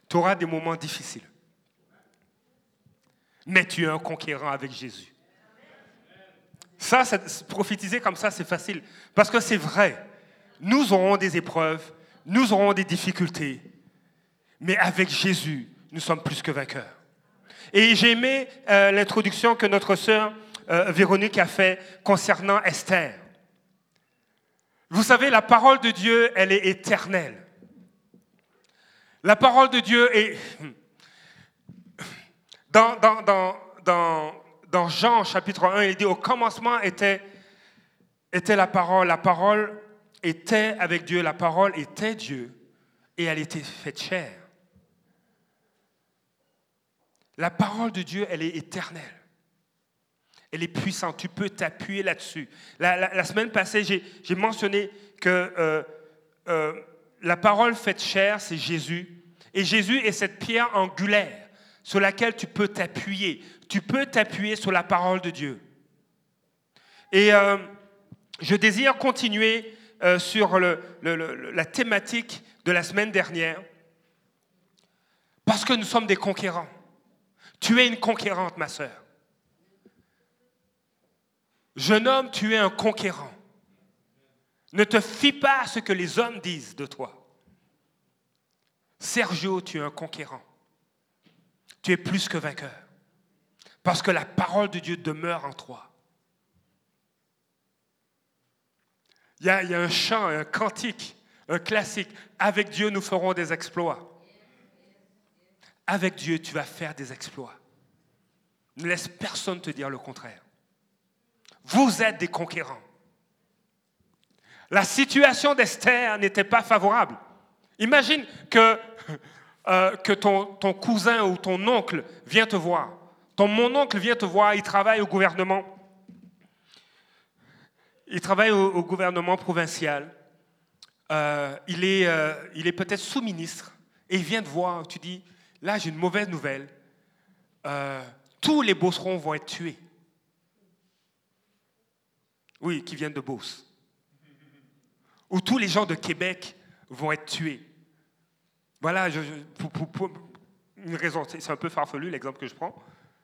Tu auras des moments difficiles. Mais tu es un conquérant avec Jésus. Ça, prophétiser comme ça, c'est facile. Parce que c'est vrai. Nous aurons des épreuves, nous aurons des difficultés. Mais avec Jésus, nous sommes plus que vainqueurs. Et j'ai aimé l'introduction que notre sœur Véronique a fait concernant Esther. Vous savez, la parole de Dieu, elle est éternelle. La parole de Dieu est... Dans Jean chapitre 1, il dit, au commencement était la parole était avec Dieu, la parole était Dieu, et elle était faite chair. La parole de Dieu, elle est éternelle. Elle est puissante, tu peux t'appuyer là-dessus. La semaine passée, j'ai mentionné que la parole faite chair, c'est Jésus. Et Jésus est cette pierre angulaire sur laquelle tu peux t'appuyer. Tu peux t'appuyer sur la parole de Dieu. Et je désire continuer sur la thématique de la semaine dernière, parce que nous sommes des conquérants. Tu es une conquérante, ma sœur. Jeune homme, tu es un conquérant. Ne te fie pas à ce que les hommes disent de toi. Sergio, tu es un conquérant. Tu es plus que vainqueur. Parce que la parole de Dieu demeure en toi. Il y a un chant, un cantique, un classique. Avec Dieu, nous ferons des exploits. Avec Dieu, tu vas faire des exploits. Ne laisse personne te dire le contraire. Vous êtes des conquérants. La situation d'Esther n'était pas favorable. Imagine que ton cousin ou ton oncle vient te voir. Mon oncle vient te voir, il travaille au gouvernement. Il travaille au gouvernement provincial. Il est peut-être sous-ministre. Et il vient te voir, tu dis, là j'ai une mauvaise nouvelle. Tous les Beaucerons vont être tués. Oui, qui viennent de Beauce. Ou tous les gens de Québec vont être tués. Voilà, pour une raison, c'est un peu farfelu l'exemple que je prends.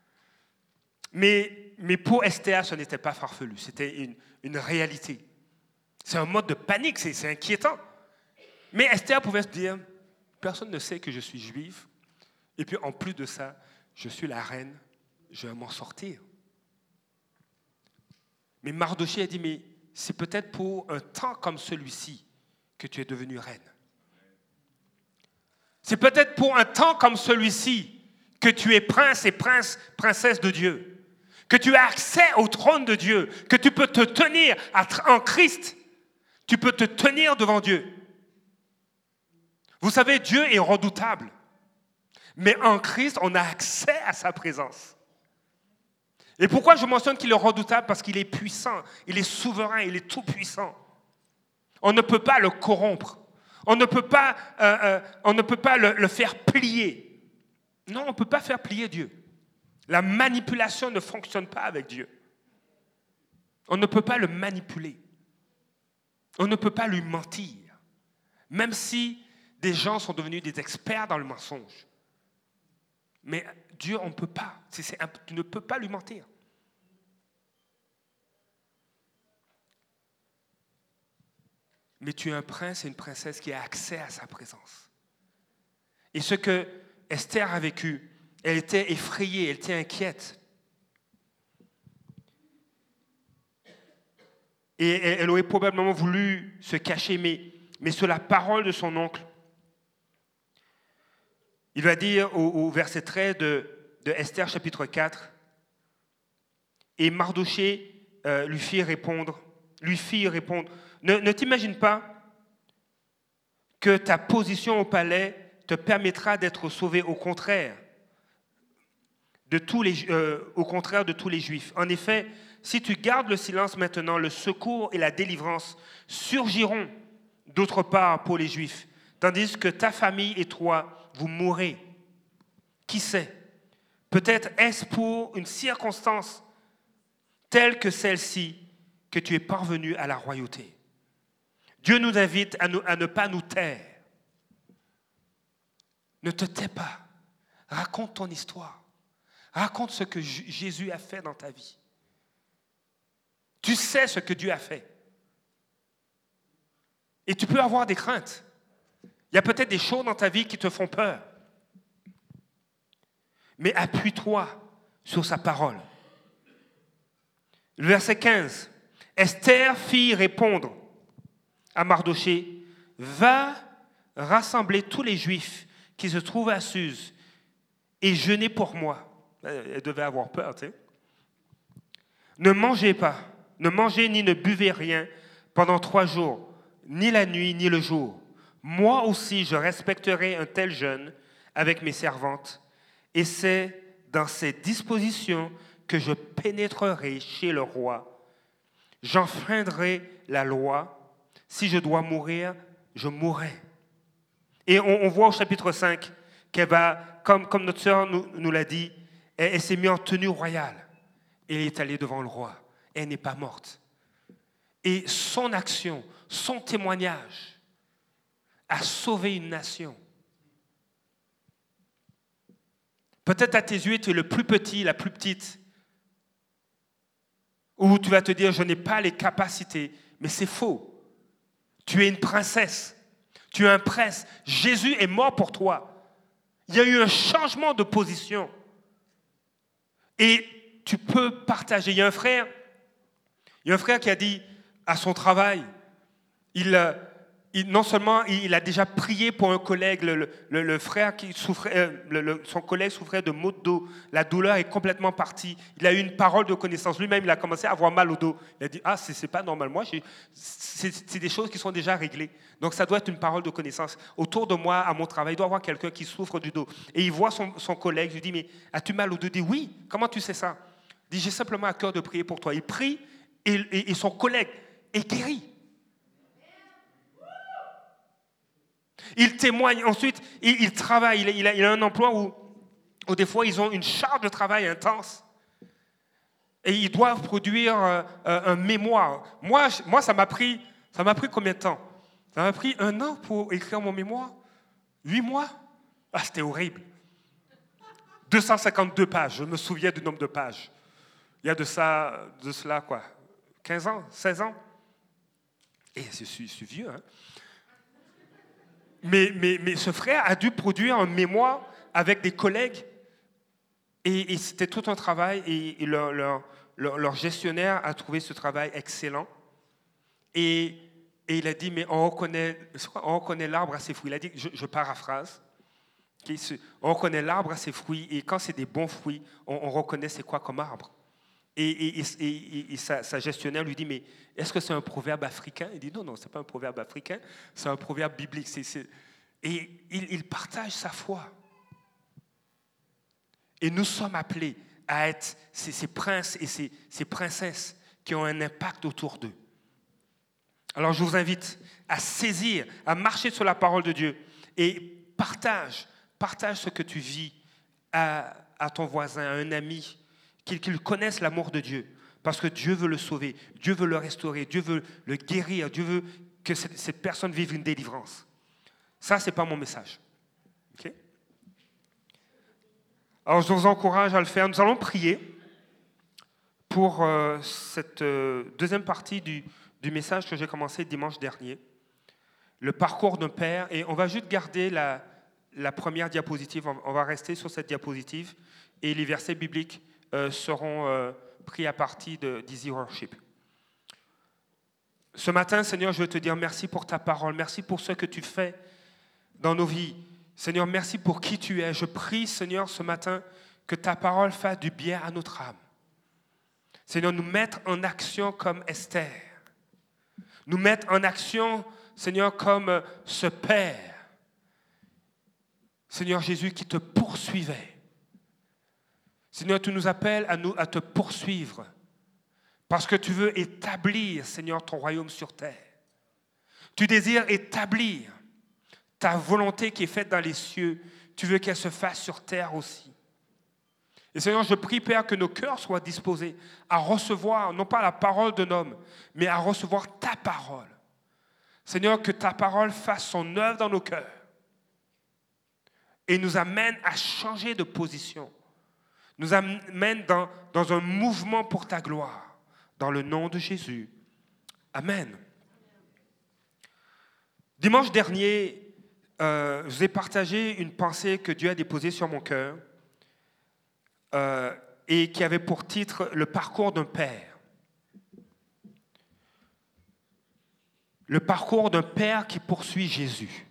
Mais pour Esther, ce n'était pas farfelu, c'était une réalité. C'est un mode de panique, c'est inquiétant. Mais Esther pouvait se dire, personne ne sait que je suis juive, et puis en plus de ça, je suis la reine, je vais m'en sortir. Mais Mardochée a dit, mais c'est peut-être pour un temps comme celui-ci que tu es devenue reine. C'est peut-être pour un temps comme celui-ci que tu es prince et princesse de Dieu, que tu as accès au trône de Dieu, que tu peux te tenir en Christ, tu peux te tenir devant Dieu. Vous savez, Dieu est redoutable, mais en Christ, on a accès à sa présence. Et pourquoi je mentionne qu'il est redoutable? Parce qu'il est puissant, il est souverain, il est tout puissant. On ne peut pas le corrompre. On ne peut pas le faire plier. Non, on ne peut pas faire plier Dieu. La manipulation ne fonctionne pas avec Dieu. On ne peut pas le manipuler. On ne peut pas lui mentir. Même si des gens sont devenus des experts dans le mensonge. Mais Dieu, on ne peut pas. Tu ne peux pas lui mentir. Mais tu es un prince et une princesse qui a accès à sa présence. Et ce que Esther a vécu, elle était effrayée, elle était inquiète. Et elle aurait probablement voulu se cacher, mais sur la parole de son oncle, il va dire au verset 13 de Esther chapitre 4, et Mardochée lui fit répondre, ne t'imagine pas que ta position au palais te permettra d'être sauvé, au contraire de tous les Juifs. En effet, si tu gardes le silence maintenant, le secours et la délivrance surgiront d'autre part pour les Juifs, tandis que ta famille et toi, vous mourrez. Qui sait? Peut-être est-ce pour une circonstance telle que celle-ci que tu es parvenu à la royauté. Dieu nous invite à ne pas nous taire. Ne te tais pas. Raconte ton histoire. Raconte ce que Jésus a fait dans ta vie. Tu sais ce que Dieu a fait. Et tu peux avoir des craintes. Il y a peut-être des choses dans ta vie qui te font peur. Mais appuie-toi sur sa parole. Le verset 15. Esther fit répondre à Mardoché, « Va rassembler tous les Juifs qui se trouvent à Suse et jeûner pour moi. » Elle devait avoir peur, tu sais. « Ne mangez pas, ne mangez ni ne buvez rien pendant 3 jours, ni la nuit ni le jour. Moi aussi, je respecterai un tel jeûne avec mes servantes, et c'est dans ces dispositions que je pénétrerai chez le roi. J'enfreindrai la loi. Si je dois mourir, je mourrai. » Et on voit au chapitre 5 qu'elle va, comme notre sœur nous l'a dit, elle s'est mise en tenue royale. Et elle est allée devant le roi. Elle n'est pas morte. Et son action, son témoignage a sauvé une nation. Peut-être à tes yeux, tu es le plus petit, la plus petite. Ou tu vas te dire, je n'ai pas les capacités. Mais c'est faux. Tu es une princesse. Tu es un prince. Jésus est mort pour toi. Il y a eu un changement de position. Et tu peux partager. Il y a un frère qui a dit à son travail, non seulement il a déjà prié pour un collègue, le frère qui souffrait, son collègue souffrait de maux de dos, la douleur est complètement partie. Il a eu une parole de connaissance. Lui-même, il a commencé à avoir mal au dos. Il a dit, c'est pas normal. Moi, c'est des choses qui sont déjà réglées. Donc, ça doit être une parole de connaissance. Autour de moi, à mon travail, il doit y avoir quelqu'un qui souffre du dos. Et il voit son collègue. Je lui dis, mais as-tu mal au dos? Il dit, oui. Comment tu sais ça? Il dit, j'ai simplement à cœur de prier pour toi. Il prie et son collègue est guéri. Il témoigne, ensuite, il travaille. Il a un emploi où des fois, ils ont une charge de travail intense. Et ils doivent produire un mémoire. Moi, ça m'a pris combien de temps? Ça m'a pris 1 an pour écrire mon mémoire. 8 mois? C'était horrible. 252 pages, je me souviens du nombre de pages. Il y a de cela, quoi, 15 ans, 16 ans. Et je suis vieux, hein. Mais ce frère a dû produire un mémoire avec des collègues. Et c'était tout un travail. Et leur gestionnaire a trouvé ce travail excellent. Et il a dit, mais on reconnaît l'arbre à ses fruits. Il a dit, je paraphrase, on reconnaît l'arbre à ses fruits. Et quand c'est des bons fruits, on reconnaît c'est quoi comme arbre. Et sa gestionnaire lui dit, mais est-ce que c'est un proverbe africain? Il dit, non, ce n'est pas un proverbe africain, c'est un proverbe biblique. Et il partage sa foi. Et nous sommes appelés à être ces princes et ces princesses qui ont un impact autour d'eux. Alors je vous invite à saisir, à marcher sur la parole de Dieu et partage ce que tu vis à ton voisin, à un ami, qu'il connaisse l'amour de Dieu, parce que Dieu veut le sauver, Dieu veut le restaurer, Dieu veut le guérir, Dieu veut que cette personne vive une délivrance. Ça, ce n'est pas mon message. Okay? Alors, je vous encourage à le faire. Nous allons prier pour cette deuxième partie du message que j'ai commencé dimanche dernier, le parcours d'un père, et on va juste garder la première diapositive, on va rester sur cette diapositive, et les versets bibliques seront pris à partie d'Easy Worship. Ce matin, Seigneur, je veux te dire merci pour ta parole, merci pour ce que tu fais dans nos vies. Seigneur, merci pour qui tu es. Je prie, Seigneur, ce matin, que ta parole fasse du bien à notre âme. Seigneur, nous mettre en action comme Esther. Nous mettre en action, Seigneur, comme ce Père. Seigneur Jésus, qui te poursuivait. Seigneur, tu nous appelles à te poursuivre parce que tu veux établir, Seigneur, ton royaume sur terre. Tu désires établir ta volonté qui est faite dans les cieux. Tu veux qu'elle se fasse sur terre aussi. Et Seigneur, je prie, Père, que nos cœurs soient disposés à recevoir, non pas la parole d'un homme, mais à recevoir ta parole. Seigneur, que ta parole fasse son œuvre dans nos cœurs. et nous amène à changer de position, nous amène dans un mouvement pour ta gloire, dans le nom de Jésus. Amen. Dimanche dernier, je vous ai partagé une pensée que Dieu a déposée sur mon cœur et qui avait pour titre « Le parcours d'un père ». Le parcours d'un père qui poursuit Jésus.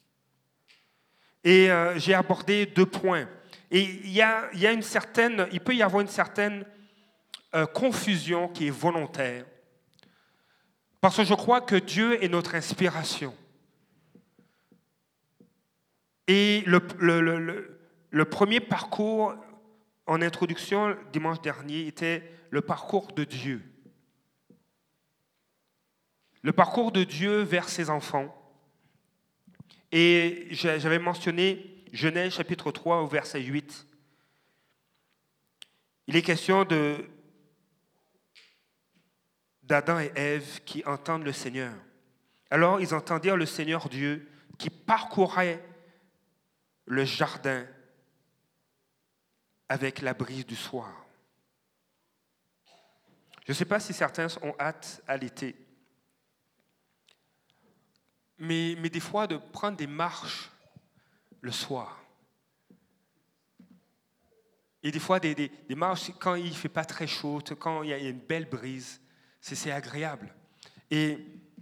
Et j'ai abordé 2 points. Et il peut y avoir une certaine confusion qui est volontaire. Parce que je crois que Dieu est notre inspiration. Et le premier parcours en introduction dimanche dernier était le parcours de Dieu. Le parcours de Dieu vers ses enfants. Et j'avais mentionné Genèse chapitre 3 au verset 8. Il est question d'Adam et Ève qui entendent le Seigneur. Alors ils entendirent le Seigneur Dieu qui parcourait le jardin avec la brise du soir. Je ne sais pas si certains ont hâte à l'été, mais des fois de prendre des marches le soir. Et des fois des marches quand il ne fait pas très chaud, quand il y a une belle brise, c'est agréable. Et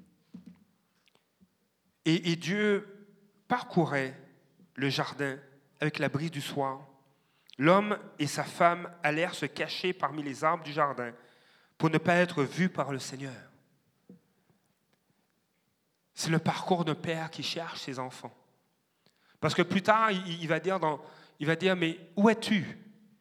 Dieu parcourait le jardin avec la brise du soir. L'homme et sa femme allèrent se cacher parmi les arbres du jardin pour ne pas être vus par le Seigneur. C'est le parcours d'un père qui cherche ses enfants. Parce que plus tard, il va dire, mais où es-tu?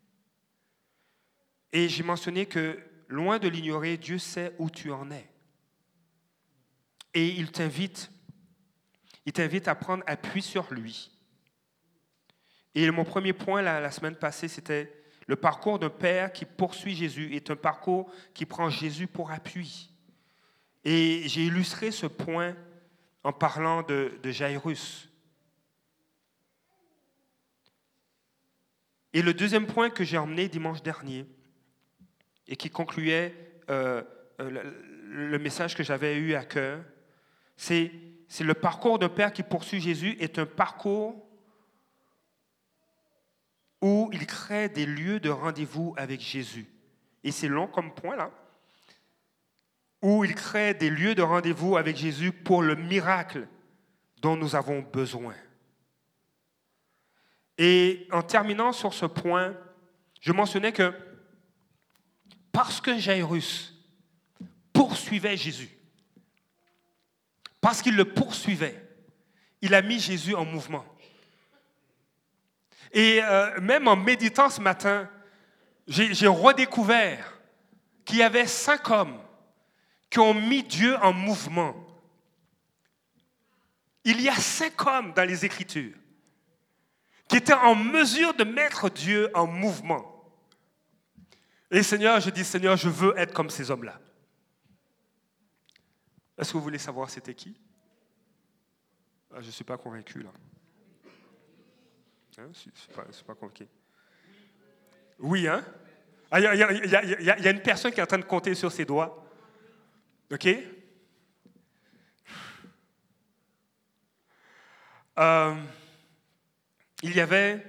Et j'ai mentionné que, loin de l'ignorer, Dieu sait où tu en es. Et il t'invite à prendre appui sur lui. Et mon premier point la semaine passée, c'était le parcours d'un père qui poursuit Jésus est un parcours qui prend Jésus pour appui. Et j'ai illustré ce point en parlant de Jairus. Et le deuxième point que j'ai emmené dimanche dernier et qui concluait le message que j'avais eu à cœur, c'est le parcours d'un père qui poursuit Jésus est un parcours où il crée des lieux de rendez-vous avec Jésus. Et c'est long comme point là. Où il crée des lieux de rendez-vous avec Jésus pour le miracle dont nous avons besoin. Et en terminant sur ce point, je mentionnais que parce que Jairus poursuivait Jésus, parce qu'il le poursuivait, il a mis Jésus en mouvement. Et même en méditant ce matin, j'ai redécouvert qu'il y avait 5 hommes qui ont mis Dieu en mouvement. Il y a 5 hommes dans les Écritures qui étaient en mesure de mettre Dieu en mouvement. Et Seigneur, je veux être comme ces hommes-là. Est-ce que vous voulez savoir c'était qui? Je ne suis pas convaincu, là. Hein? C'est pas compliqué. Oui, hein? Il y a une personne qui est en train de compter sur ses doigts. OK? Il y avait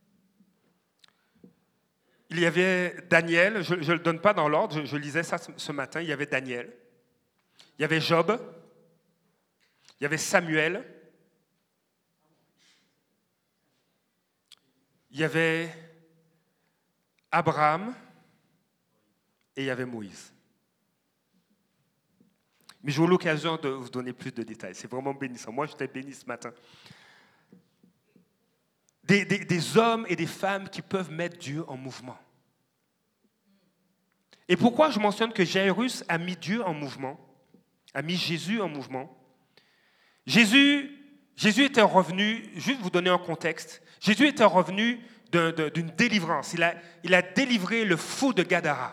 Daniel, je ne le donne pas dans l'ordre, je lisais ça ce matin, il y avait Daniel, il y avait Job, il y avait Samuel, il y avait Abraham et il y avait Moïse. Mais j'aurai l'occasion de vous donner plus de détails. C'est vraiment bénissant. Moi, j'étais béni ce matin. Des hommes et des femmes qui peuvent mettre Dieu en mouvement. Et pourquoi je mentionne que Jairus a mis Dieu en mouvement, a mis Jésus en mouvement? Jésus était revenu, juste vous donner un contexte, Jésus était revenu d'une délivrance. Il a délivré le fou de Gadara.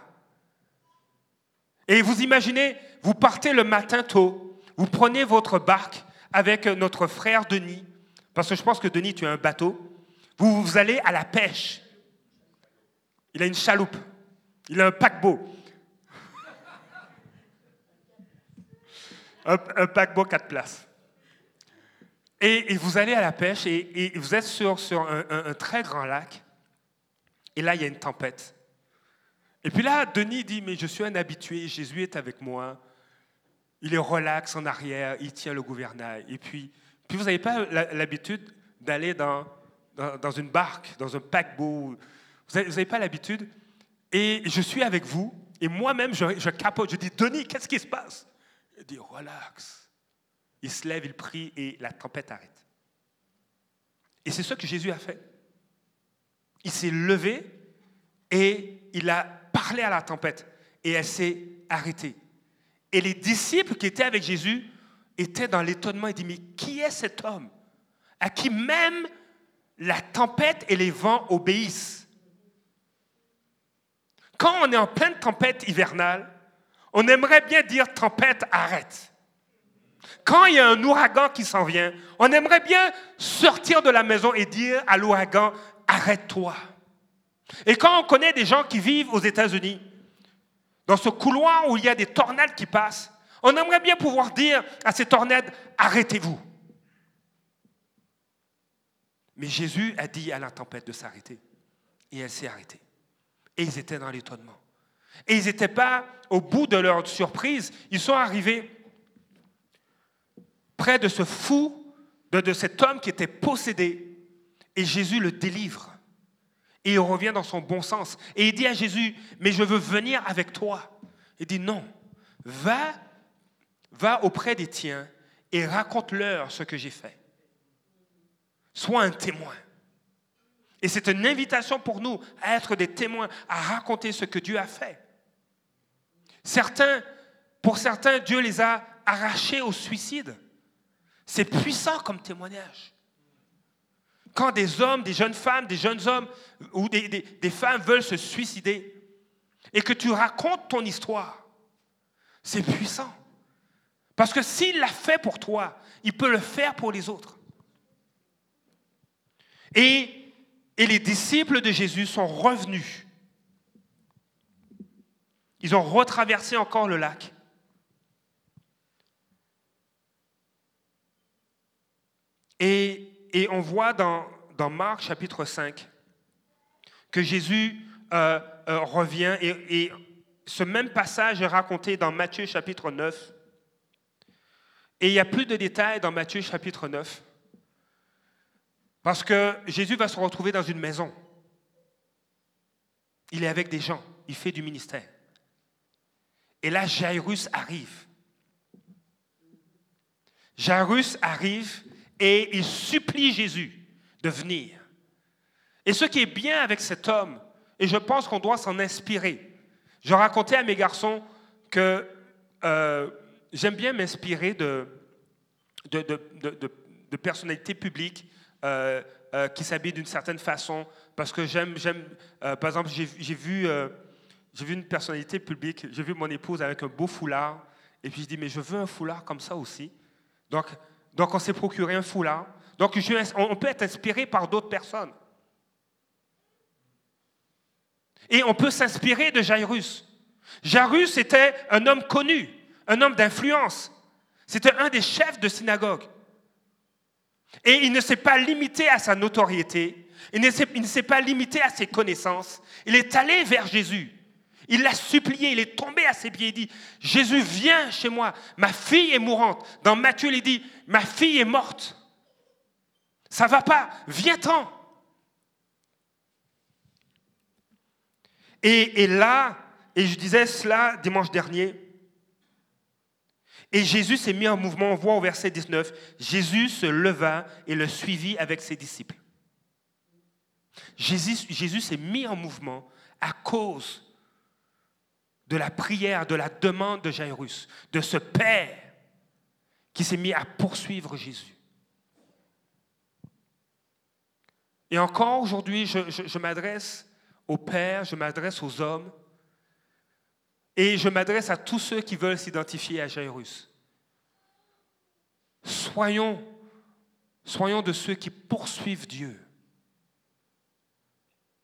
Et vous imaginez, vous partez le matin tôt, vous prenez votre barque avec notre frère Denis, parce que je pense que Denis, tu as un bateau, Vous allez à la pêche. Il a une chaloupe. Il a un paquebot. Un paquebot 4 places. Et vous allez à la pêche et vous êtes sur un très grand lac. Et là, il y a une tempête. Et puis là, Denis dit, mais je suis un habitué, Jésus est avec moi. Il est relax en arrière, il tient le gouvernail. Et puis vous n'avez pas l'habitude d'aller dans une barque, dans un paquebot. Vous n'avez pas l'habitude. Et je suis avec vous. Et moi-même, je capote. Je dis, Denis, qu'est-ce qui se passe? Il dit, relax. Il se lève, il prie et la tempête arrête. Et c'est ce que Jésus a fait. Il s'est levé et il a parlé à la tempête. Et elle s'est arrêtée. Et les disciples qui étaient avec Jésus étaient dans l'étonnement. Ils disent, mais qui est cet homme à qui même la tempête et les vents obéissent? Quand on est en pleine tempête hivernale, on aimerait bien dire « tempête, arrête ». Quand il y a un ouragan qui s'en vient, on aimerait bien sortir de la maison et dire à l'ouragan « arrête-toi ». Et quand on connaît des gens qui vivent aux États-Unis, dans ce couloir où il y a des tornades qui passent, on aimerait bien pouvoir dire à ces tornades « arrêtez-vous ». Mais Jésus a dit à la tempête de s'arrêter. Et elle s'est arrêtée. Et ils étaient dans l'étonnement. Et ils n'étaient pas au bout de leur surprise. Ils sont arrivés près de ce fou, de cet homme qui était possédé. Et Jésus le délivre. Et il revient dans son bon sens. Et il dit à Jésus, mais je veux venir avec toi. Il dit non, va auprès des tiens et raconte-leur ce que j'ai fait. Sois un témoin. Et c'est une invitation pour nous à être des témoins, à raconter ce que Dieu a fait. Pour certains, Dieu les a arrachés au suicide. C'est puissant comme témoignage. Quand des hommes, des jeunes femmes, des jeunes hommes ou des femmes veulent se suicider et que tu racontes ton histoire, c'est puissant. Parce que s'il l'a fait pour toi, il peut le faire pour les autres. Et les disciples de Jésus sont revenus. Ils ont retraversé encore le lac. Et on voit dans Marc chapitre 5 que Jésus revient et ce même passage est raconté dans Matthieu chapitre 9. Et il y a plus de détails dans Matthieu chapitre 9 parce que Jésus va se retrouver dans une maison. Il est avec des gens, il fait du ministère. Et là, Jairus arrive. Jairus arrive et il supplie Jésus de venir. Et ce qui est bien avec cet homme, et je pense qu'on doit s'en inspirer. Je racontais à mes garçons que j'aime bien m'inspirer de personnalités publiques qui s'habillent d'une certaine façon, parce que j'aime par exemple, j'ai vu une personnalité publique, j'ai vu mon épouse avec un beau foulard, et puis je dis, mais je veux un foulard comme ça aussi. Donc on s'est procuré un foulard. Donc on peut être inspiré par d'autres personnes. Et on peut s'inspirer de Jairus. Jairus était un homme connu, un homme d'influence. C'était un des chefs de synagogue. Et il ne s'est pas limité à sa notoriété, il ne s'est pas limité à ses connaissances. Il est allé vers Jésus. Il l'a supplié, il est tombé à ses pieds, il dit, Jésus, viens chez moi, ma fille est mourante. Dans Matthieu, il dit, ma fille est morte. Ça ne va pas, viens-t'en. Et là, et je disais cela dimanche dernier, et Jésus s'est mis en mouvement, on voit au verset 19, Jésus se leva et le suivit avec ses disciples. Jésus s'est mis en mouvement à cause de la prière, de la demande de Jairus, de ce père qui s'est mis à poursuivre Jésus. Et encore aujourd'hui, je m'adresse aux pères, je m'adresse aux hommes, et je m'adresse à tous ceux qui veulent s'identifier à Jairus. Soyons de ceux qui poursuivent Dieu.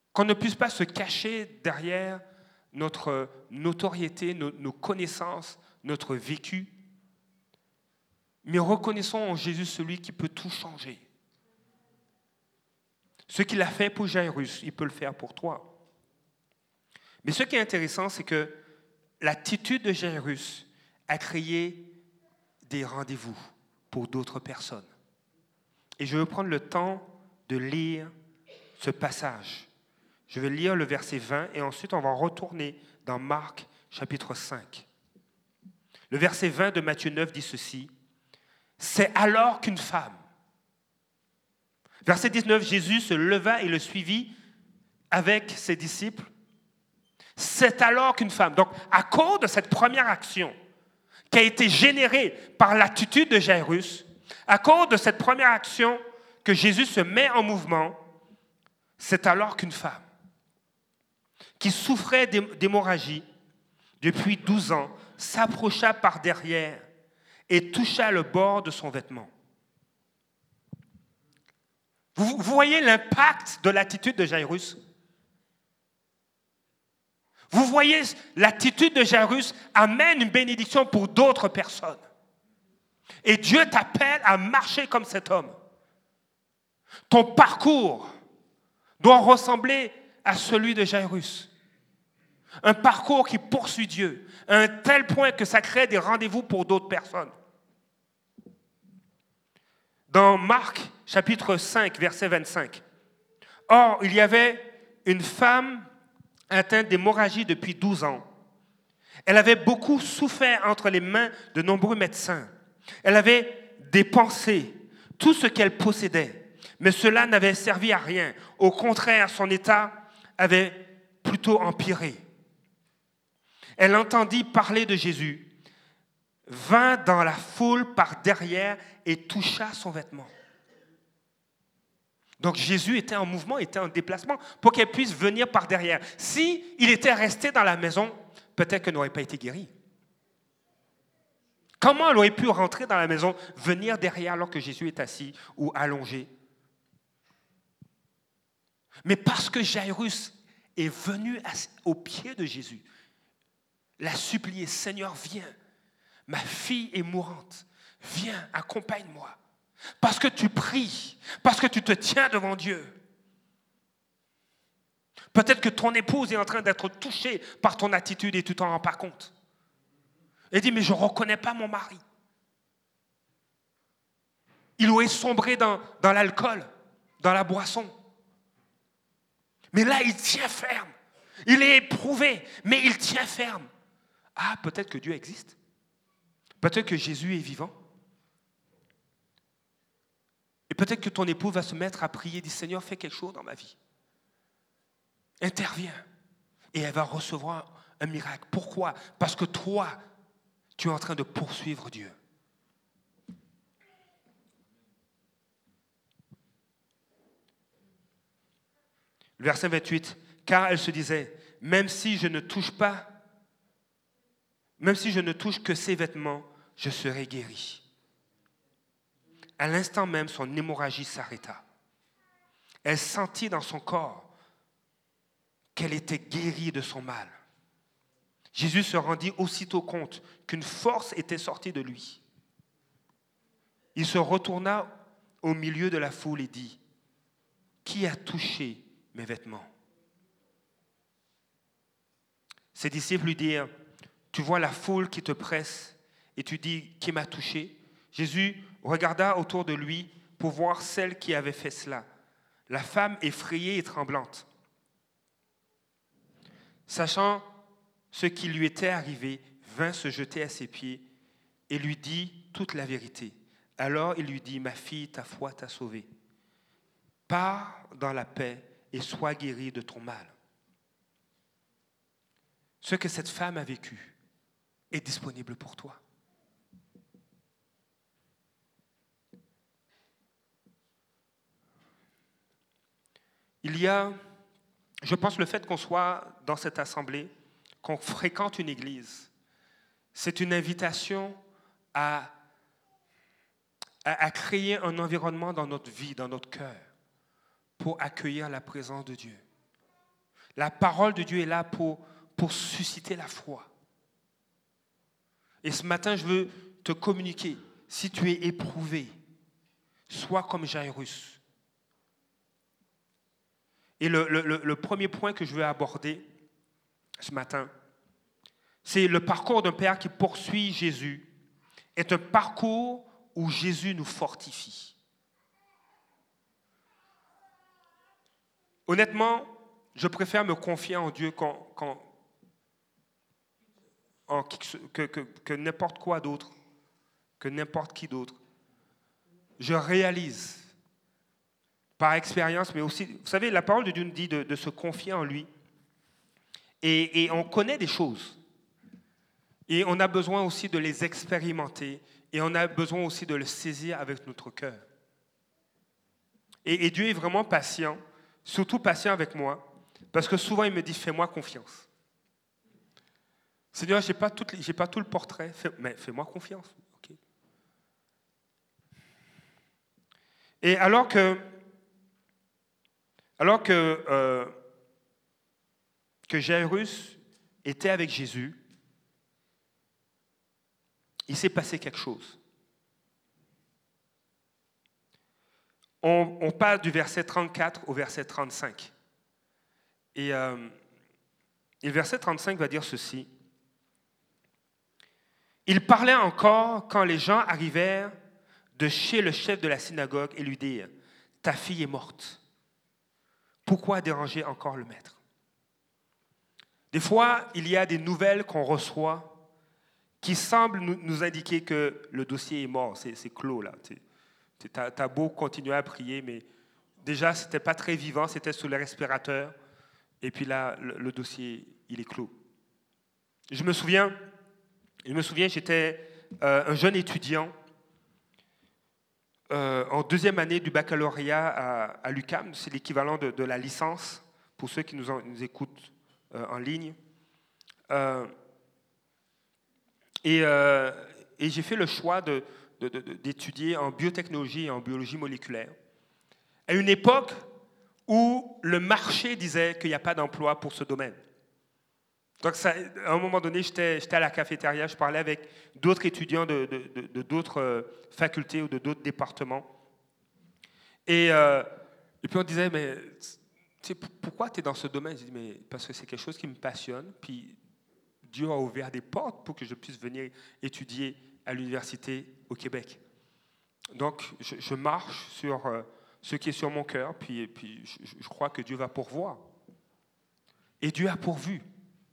Qu'on ne puisse pas se cacher derrière notre notoriété, nos connaissances, notre vécu, mais reconnaissons en Jésus celui qui peut tout changer. Ce qu'il a fait pour Jairus, il peut le faire pour toi. Mais ce qui est intéressant, c'est que l'attitude de Jairus a créé des rendez-vous pour d'autres personnes. Et je vais prendre le temps de lire ce passage. Je vais lire le verset 20 et ensuite on va retourner dans Marc chapitre 5. Le verset 20 de Matthieu 9 dit ceci. C'est alors qu'une femme. Verset 19, Jésus se leva et le suivit avec ses disciples. C'est alors qu'une femme. Donc, à cause de cette première action qui a été générée par l'attitude de Jairus, à cause de cette première action que Jésus se met en mouvement, c'est alors qu'une femme qui souffrait d'hémorragie depuis 12 ans s'approcha par derrière et toucha le bord de son vêtement. Vous voyez l'impact de l'attitude de Jairus? Vous voyez, l'attitude de Jairus amène une bénédiction pour d'autres personnes. Et Dieu t'appelle à marcher comme cet homme. Ton parcours doit ressembler à celui de Jairus. Un parcours qui poursuit Dieu, à un tel point que ça crée des rendez-vous pour d'autres personnes. Dans Marc, chapitre 5, verset 25. Or, il y avait une femme atteinte d'hémorragie depuis 12 ans. Elle avait beaucoup souffert entre les mains de nombreux médecins. Elle avait dépensé tout ce qu'elle possédait, mais cela n'avait servi à rien. Au contraire, son état avait plutôt empiré. Elle entendit parler de Jésus, vint dans la foule par derrière et toucha son vêtement. Donc Jésus était en mouvement, était en déplacement pour qu'elle puisse venir par derrière. Si il était resté dans la maison, peut-être qu'elle n'aurait pas été guérie. Comment elle aurait pu rentrer dans la maison, venir derrière alors que Jésus est assis ou allongé? Mais parce que Jairus est venu au pied de Jésus, l'a supplié, Seigneur, viens, ma fille est mourante, viens, accompagne-moi. Parce que tu pries, parce que tu te tiens devant Dieu. Peut-être que ton épouse est en train d'être touchée par ton attitude et tu ne t'en rends pas compte. Elle dit, mais je ne reconnais pas mon mari. Il aurait sombré dans l'alcool, dans la boisson. Mais là, il tient ferme. Il est éprouvé, mais il tient ferme. Ah, peut-être que Dieu existe. Peut-être que Jésus est vivant. Et peut-être que ton époux va se mettre à prier, dit Seigneur, fais quelque chose dans ma vie. Interviens. Et elle va recevoir un miracle. Pourquoi? Parce que toi, tu es en train de poursuivre Dieu. Le verset 28, car elle se disait, même si je ne touche que ses vêtements, je serai guérie. À l'instant même, son hémorragie s'arrêta. Elle sentit dans son corps qu'elle était guérie de son mal. Jésus se rendit aussitôt compte qu'une force était sortie de lui. Il se retourna au milieu de la foule et dit, « Qui a touché mes vêtements ?» Ses disciples lui dirent, « Tu vois la foule qui te presse et tu dis, qui m'a touché ?» Jésus regarda autour de lui pour voir celle qui avait fait cela. La femme effrayée et tremblante. Sachant ce qui lui était arrivé, vint se jeter à ses pieds et lui dit toute la vérité. Alors il lui dit, ma fille, ta foi t'a sauvée. Pars dans la paix et sois guérie de ton mal. Ce que cette femme a vécu est disponible pour toi. Il y a, je pense, le fait qu'on soit dans cette assemblée, qu'on fréquente une église, c'est une invitation à créer un environnement dans notre vie, dans notre cœur, pour accueillir la présence de Dieu. La parole de Dieu est là pour susciter la foi. Et ce matin, je veux te communiquer, si tu es éprouvé, sois comme Jairus. Et le premier point que je veux aborder ce matin, c'est le parcours d'un père qui poursuit Jésus, est un parcours où Jésus nous fortifie. Honnêtement, je préfère me confier en Dieu que n'importe quoi d'autre, que n'importe qui d'autre. Je réalise, par expérience, mais aussi, vous savez, la parole de Dieu nous dit de se confier en lui. Et on connaît des choses. Et on a besoin aussi de les expérimenter. Et on a besoin aussi de le saisir avec notre cœur. Et Dieu est vraiment patient, surtout patient avec moi, parce que souvent il me dit, fais-moi confiance. Seigneur, je n'ai pas tout le portrait, mais fais-moi confiance. Okay. Et alors que Jairus était avec Jésus, il s'est passé quelque chose. On passe du verset 34 au verset 35. Et le verset 35 va dire ceci. Il parlait encore quand les gens arrivèrent de chez le chef de la synagogue et lui dirent, « Ta fille est morte. Pourquoi déranger encore le maître ?» Des fois, il y a des nouvelles qu'on reçoit qui semblent nous indiquer que le dossier est mort, c'est clos là. Tu as beau continuer à prier, mais déjà, ce n'était pas très vivant, c'était sous le respirateur. Et puis là, le dossier, il est clos. Je me souviens, j'étais un jeune étudiant en deuxième année du baccalauréat à l'UQAM. C'est l'équivalent de la licence, pour ceux qui nous écoutent en ligne. Et j'ai fait le choix d'étudier en biotechnologie et en biologie moléculaire. À une époque où le marché disait qu'il n'y a pas d'emploi pour ce domaine. Donc, à un moment donné, j'étais à la cafétéria, je parlais avec d'autres étudiants de d'autres facultés ou de d'autres départements. Et puis on disait, mais pourquoi tu es dans ce domaine? Je dis, mais parce que c'est quelque chose qui me passionne, puis Dieu a ouvert des portes pour que je puisse venir étudier à l'université au Québec. Donc, je marche sur ce qui est sur mon cœur, puis je crois que Dieu va pourvoir. Et Dieu a pourvu.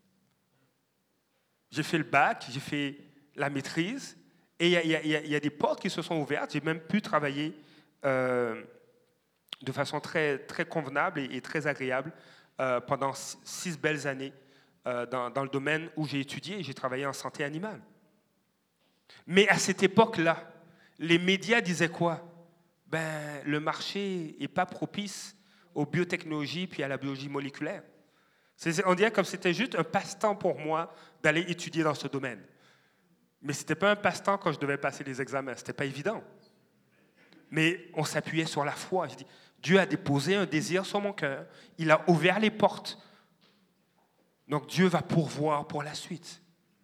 J'ai fait le bac, j'ai fait la maîtrise, et il y a des portes qui se sont ouvertes. J'ai même pu travailler de façon très, très convenable et très agréable pendant 6 belles années dans le domaine où j'ai étudié. J'ai travaillé en santé animale. Mais à cette époque-là, les médias disaient quoi? Le marché n'est pas propice aux biotechnologies puis à la biologie moléculaire. On dirait comme c'était juste un passe-temps pour moi d'aller étudier dans ce domaine. Mais ce n'était pas un passe-temps quand je devais passer les examens. Ce n'était pas évident. Mais on s'appuyait sur la foi. Je dis, Dieu a déposé un désir sur mon cœur. Il a ouvert les portes. Donc Dieu va pourvoir pour la suite.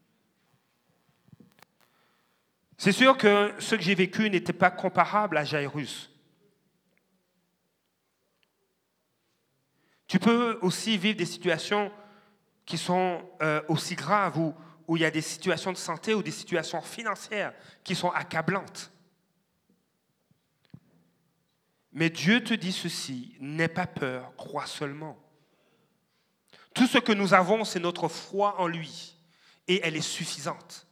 C'est sûr que ce que j'ai vécu n'était pas comparable à Jairus. Tu peux aussi vivre des situations qui sont aussi graves, où il y a des situations de santé ou des situations financières qui sont accablantes. Mais Dieu te dit ceci, n'aie pas peur, crois seulement. Tout ce que nous avons, c'est notre foi en lui, et elle est suffisante.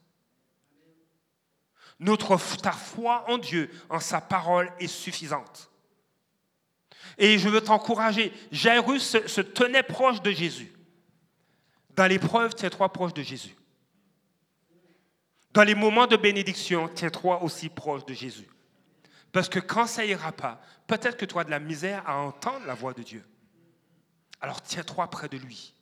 Ta foi en Dieu, en sa parole, est suffisante. Et je veux t'encourager. Jairus se tenait proche de Jésus. Dans l'épreuve, tiens-toi proche de Jésus. Dans les moments de bénédiction, tiens-toi aussi proche de Jésus. Parce que quand ça ira pas, peut-être que tu as de la misère à entendre la voix de Dieu. Alors tiens-toi près de lui.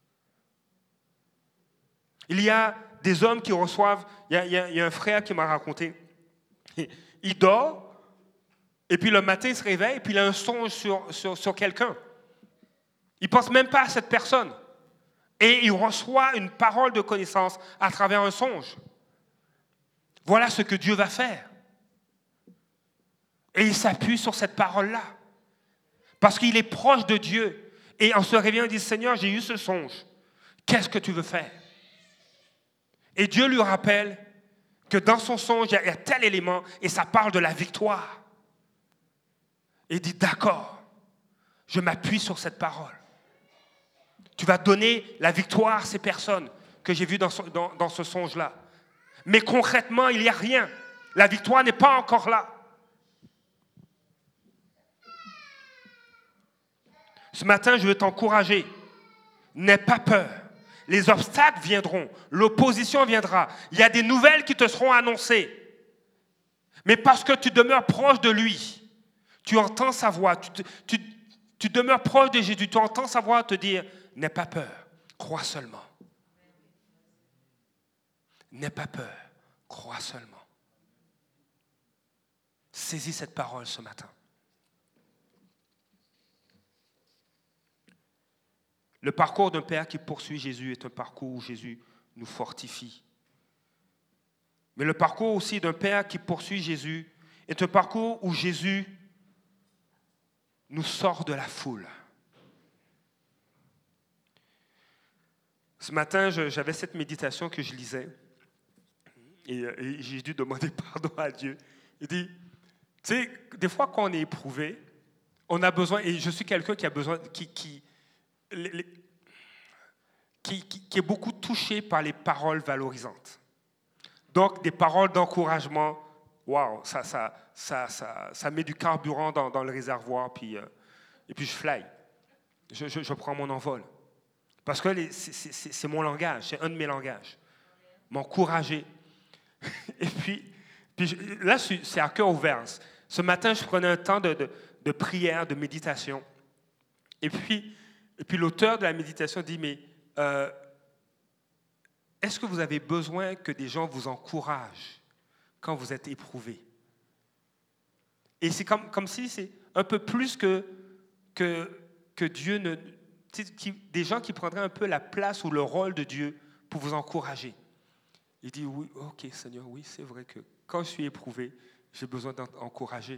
Il y a des hommes qui reçoivent... Il y a un frère qui m'a raconté. Il dort, et puis le matin, il se réveille, et puis il a un songe sur quelqu'un. Il ne pense même pas à cette personne. Et il reçoit une parole de connaissance à travers un songe. Voilà ce que Dieu va faire. Et il s'appuie sur cette parole-là. Parce qu'il est proche de Dieu. Et en se réveillant, il dit, Seigneur, j'ai eu ce songe. Qu'est-ce que tu veux faire? Et Dieu lui rappelle que dans son songe, il y a tel élément et ça parle de la victoire. Et il dit, d'accord, je m'appuie sur cette parole. Tu vas donner la victoire à ces personnes que j'ai vues dans ce songe-là. Mais concrètement, il n'y a rien. La victoire n'est pas encore là. Ce matin, je veux t'encourager. N'aie pas peur. Les obstacles viendront. L'opposition viendra. Il y a des nouvelles qui te seront annoncées. Mais parce que tu demeures proche de lui, tu entends sa voix, tu demeures proche de Jésus, tu entends sa voix te dire, n'aie pas peur, crois seulement. N'aie pas peur, crois seulement. Saisis cette parole ce matin. Le parcours d'un père qui poursuit Jésus est un parcours où Jésus nous fortifie. Mais le parcours aussi d'un père qui poursuit Jésus est un parcours où Jésus nous sort de la foule. Ce matin, j'avais cette méditation que je lisais et j'ai dû demander pardon à Dieu. Il dit, tu sais, des fois quand on est éprouvé, on a besoin, et je suis quelqu'un qui a besoin, qui est beaucoup touché par les paroles valorisantes. Donc, des paroles d'encouragement, waouh, ça met du carburant dans le réservoir, et puis je fly. Je prends mon envol. Parce que c'est mon langage, c'est un de mes langages. M'encourager. Et puis là, c'est à cœur ouvert. Ce matin, je prenais un temps de prière, de méditation. Et puis l'auteur de la méditation dit, mais est-ce que vous avez besoin que des gens vous encouragent quand vous êtes éprouvé? Et c'est comme si c'est un peu plus que Dieu ne... Des gens qui prendraient un peu la place ou le rôle de Dieu pour vous encourager. Il dit, oui, ok Seigneur, oui, c'est vrai que quand je suis éprouvé, j'ai besoin d'encourager.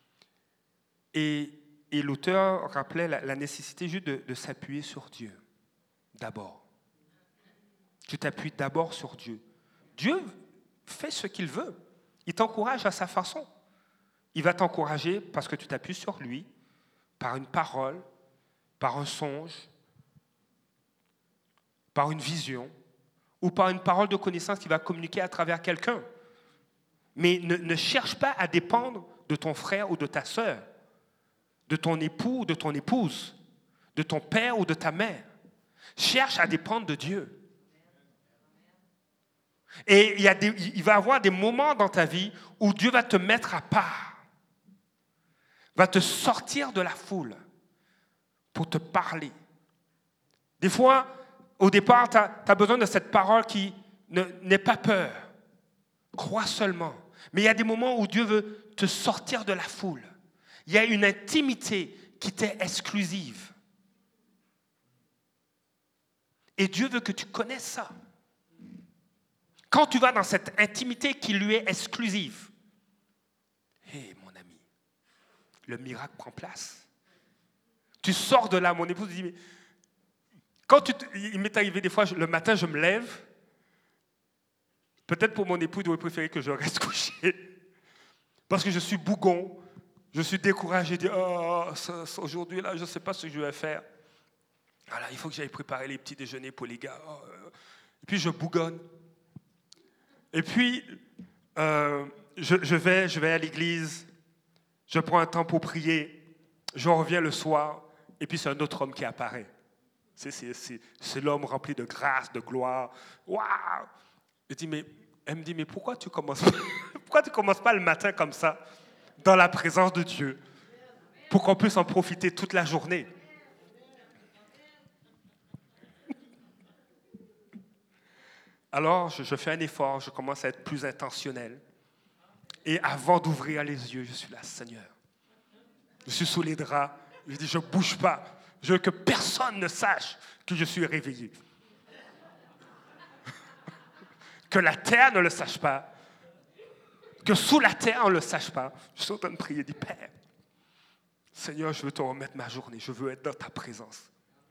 Et l'auteur rappelait la nécessité juste de s'appuyer sur Dieu, d'abord. Tu t'appuies d'abord sur Dieu. Dieu fait ce qu'il veut. Il t'encourage à sa façon. Il va t'encourager parce que tu t'appuies sur lui, par une parole, par un songe, par une vision, ou par une parole de connaissance qui va communiquer à travers quelqu'un. Mais ne cherche pas à dépendre de ton frère ou de ta sœur, de ton époux ou de ton épouse, de ton père ou de ta mère. Cherche à dépendre de Dieu. Et il va y avoir des moments dans ta vie où Dieu va te mettre à part, va te sortir de la foule pour te parler. Des fois, au départ, tu as besoin de cette parole qui n'aie pas peur. Crois seulement. Mais il y a des moments où Dieu veut te sortir de la foule. Il y a une intimité qui t'est exclusive. Et Dieu veut que tu connaisses ça. Quand tu vas dans cette intimité qui lui est exclusive, hé, mon ami, le miracle prend place. Tu sors de là, mon épouse dit, mais il m'est arrivé des fois, le matin, je me lève. Peut-être pour mon époux, il aurait préféré que je reste couché. Parce que je suis bougon, je suis découragé. Je dis, aujourd'hui, là, je ne sais pas ce que je vais faire. Voilà, il faut que j'aille préparer les petits déjeuners pour les gars. Et puis, je bougonne. Et puis, je vais à l'église, je prends un temps pour prier, je reviens le soir, et puis c'est un autre homme qui apparaît. C'est l'homme rempli de grâce, de gloire. Waouh! Elle me dit, mais pourquoi tu commences pas le matin comme ça, dans la présence de Dieu, pour qu'on puisse en profiter toute la journée? Alors, je fais un effort, je commence à être plus intentionnel. Et avant d'ouvrir les yeux, je suis là, Seigneur. Je suis sous les draps, je dis, je ne bouge pas. Je veux que personne ne sache que je suis réveillé. Que la terre ne le sache pas. Que sous la terre, on ne le sache pas. Je suis en train de prier, dit Père, Seigneur, je veux te remettre ma journée. Je veux être dans ta présence.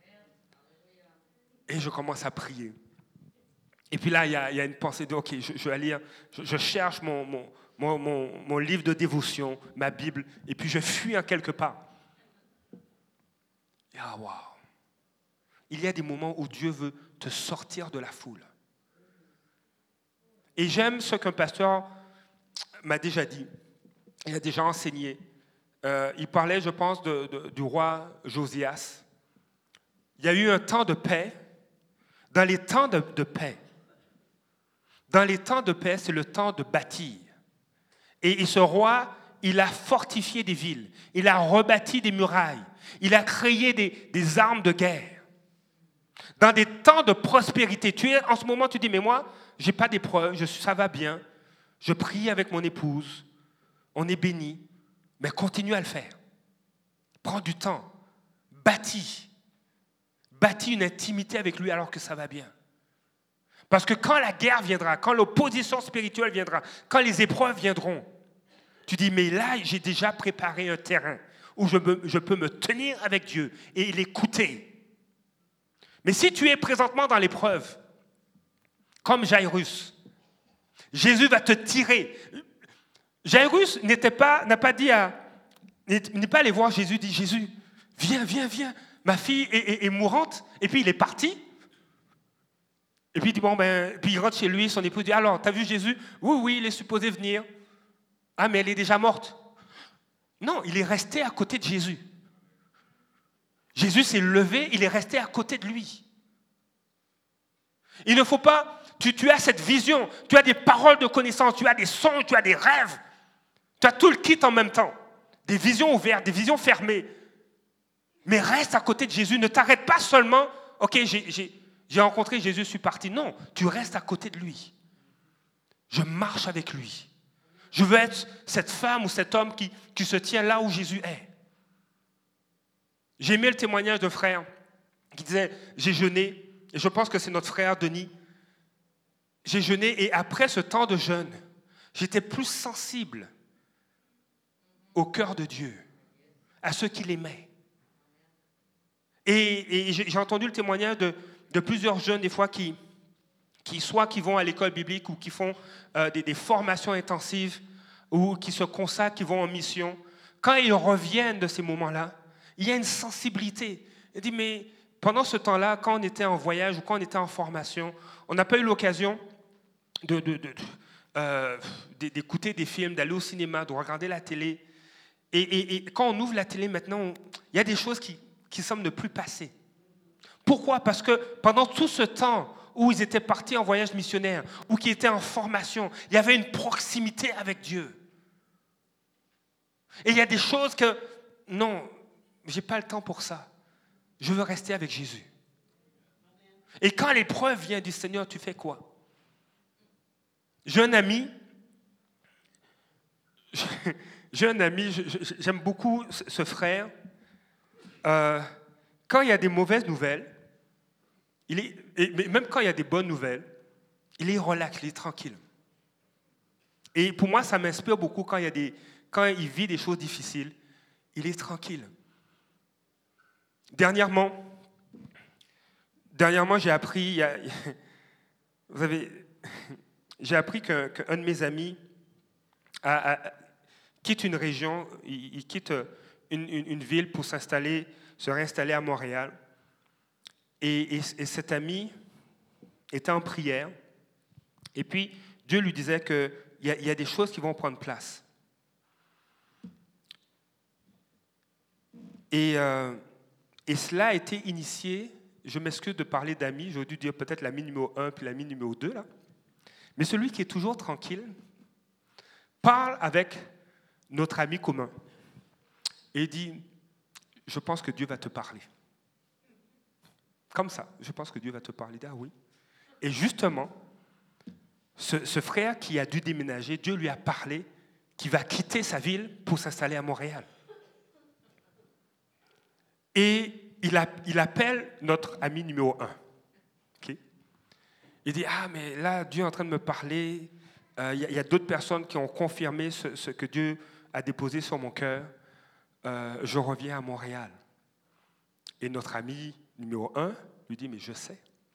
Et je commence à prier. Et puis là, il y a une pensée de, OK, je vais lire, je cherche mon livre de dévotion, ma Bible, et puis je fuis en quelque part. Et waouh! Il y a des moments où Dieu veut te sortir de la foule. Et j'aime ce qu'un pasteur m'a déjà dit. Il a déjà enseigné. Il parlait, je pense, du roi Josias. Il y a eu un temps de paix. Dans les temps de paix, c'est le temps de bâtir. Et ce roi, il a fortifié des villes. Il a rebâti des murailles. Il a créé des armes de guerre. Dans des temps de prospérité, en ce moment, tu dis, mais moi, je n'ai pas d'épreuve, ça va bien. Je prie avec mon épouse. On est béni. Mais continue à le faire. Prends du temps. Bâtis une intimité avec lui alors que ça va bien. Parce que quand la guerre viendra, quand l'opposition spirituelle viendra, quand les épreuves viendront, tu dis, mais là, j'ai déjà préparé un terrain où je peux me tenir avec Dieu et l'écouter. Mais si tu es présentement dans l'épreuve, comme Jairus, Jésus va te tirer. Jairus n'est pas allé voir Jésus, dit, Jésus, viens. Ma fille est mourante, et puis il est parti. Et puis il dit, puis il rentre chez lui, son épouse dit, alors, t'as vu Jésus? Oui, il est supposé venir. Ah, mais elle est déjà morte. Non, il est resté à côté de Jésus. Jésus s'est levé, il est resté à côté de lui. Il ne faut pas, tu as cette vision, tu as des paroles de connaissance, tu as des songes, tu as des rêves, tu as tout le kit en même temps. Des visions ouvertes, des visions fermées. Mais reste à côté de Jésus. Ne t'arrête pas seulement, OK, j'ai rencontré Jésus, je suis parti. Non, tu restes à côté de lui. Je marche avec lui. Je veux être cette femme ou cet homme qui se tient là où Jésus est. J'ai aimé le témoignage d'un frère qui disait, j'ai jeûné, et je pense que c'est notre frère Denis. J'ai jeûné et après ce temps de jeûne, j'étais plus sensible au cœur de Dieu, à ceux qu'il aimait. Et j'ai entendu le témoignage de plusieurs jeunes, des fois, qui vont à l'école biblique ou qui font des formations intensives ou qui se consacrent, qui vont en mission. Quand ils reviennent de ces moments-là, il y a une sensibilité. Il dit, mais pendant ce temps-là, quand on était en voyage ou quand on était en formation, on n'a pas eu l'occasion d'écouter des films, d'aller au cinéma, de regarder la télé. Et quand on ouvre la télé maintenant, il y a des choses qui semblent ne plus passer. Pourquoi? Parce que pendant tout ce temps où ils étaient partis en voyage missionnaire, ou qui étaient en formation, il y avait une proximité avec Dieu. Et il y a des choses que, non, je n'ai pas le temps pour ça. Je veux rester avec Jésus. Et quand l'épreuve vient du Seigneur, tu fais quoi? J'ai un ami, j'aime beaucoup ce frère. Quand il y a des mauvaises nouvelles, même quand il y a des bonnes nouvelles, il est relax, il est tranquille. Et pour moi, ça m'inspire beaucoup quand il vit des choses difficiles, il est tranquille. Dernièrement, j'ai appris, j'ai appris qu'un de mes amis quitte une région, il quitte une ville pour se réinstaller à Montréal. Et cet ami était en prière. Et puis, Dieu lui disait qu'il y a des choses qui vont prendre place. Et cela a été initié, je m'excuse de parler d'amis, j'aurais dû dire peut-être l'ami numéro 1 puis l'ami numéro 2, là. Mais celui qui est toujours tranquille parle avec notre ami commun et dit, je pense que Dieu va te parler. Comme ça, je pense que Dieu va te parler. Ah oui. Et justement, ce frère qui a dû déménager, Dieu lui a parlé qu'il va quitter sa ville pour s'installer à Montréal. Et il appelle notre ami numéro 1. Okay? Il dit, mais là, Dieu est en train de me parler. Il y a d'autres personnes qui ont confirmé ce que Dieu a déposé sur mon cœur. Je reviens à Montréal. Et notre ami numéro 1 lui dit, mais je sais.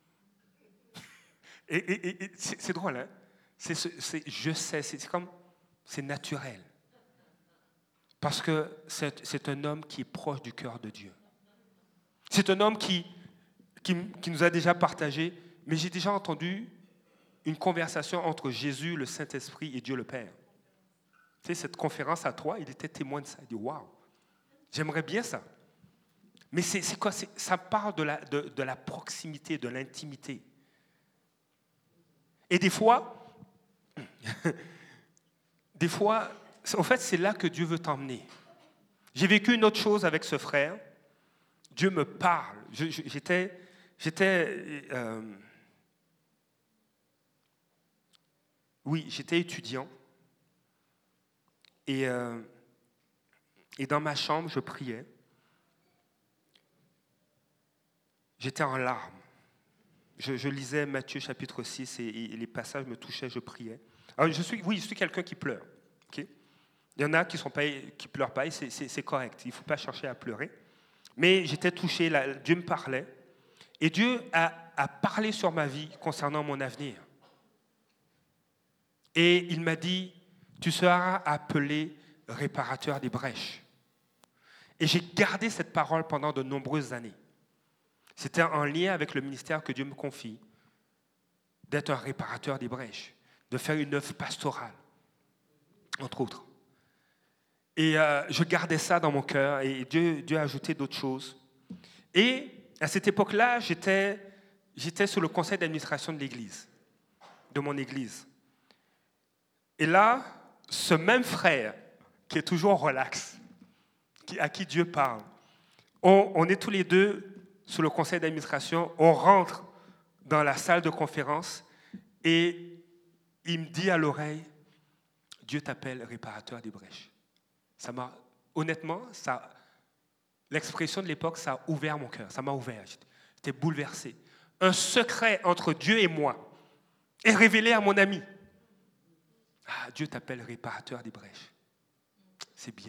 Et c'est drôle, hein? Je sais, c'est naturel. Parce que c'est un homme qui est proche du cœur de Dieu. C'est un homme qui nous a déjà partagé, mais j'ai déjà entendu une conversation entre Jésus, le Saint-Esprit et Dieu le Père. Tu sais, cette conférence à 3, il était témoin de ça. Il dit, waouh, j'aimerais bien ça. Mais c'est quoi? Ça parle de la proximité, de l'intimité. Et des fois, en fait, c'est là que Dieu veut t'emmener. J'ai vécu une autre chose avec ce frère. Dieu me parle. J'étais étudiant. Et dans ma chambre, je priais. J'étais en larmes. Je lisais Matthieu chapitre 6 et les passages me touchaient, je priais. Alors, je suis quelqu'un qui pleure. Okay? Il y en a qui ne pleurent pas et c'est correct. Il ne faut pas chercher à pleurer. Mais j'étais touché, là, Dieu me parlait. Et Dieu a parlé sur ma vie concernant mon avenir. Et il m'a dit, tu seras appelé réparateur des brèches. Et j'ai gardé cette parole pendant de nombreuses années. C'était en lien avec le ministère que Dieu me confie, d'être un réparateur des brèches, de faire une œuvre pastorale, entre autres. Et je gardais ça dans mon cœur, et Dieu a ajouté d'autres choses. Et à cette époque-là, j'étais sous le conseil d'administration de l'église, de mon église. Et là, ce même frère, qui est toujours relax, à qui Dieu parle, on est tous les deux sous le conseil d'administration, on rentre dans la salle de conférence et il me dit à l'oreille, Dieu t'appelle réparateur des brèches. Honnêtement, l'expression de l'époque, ça a ouvert mon cœur, ça m'a ouvert, j'étais bouleversé. Un secret entre Dieu et moi est révélé à mon ami. Dieu t'appelle réparateur des brèches. C'est bien.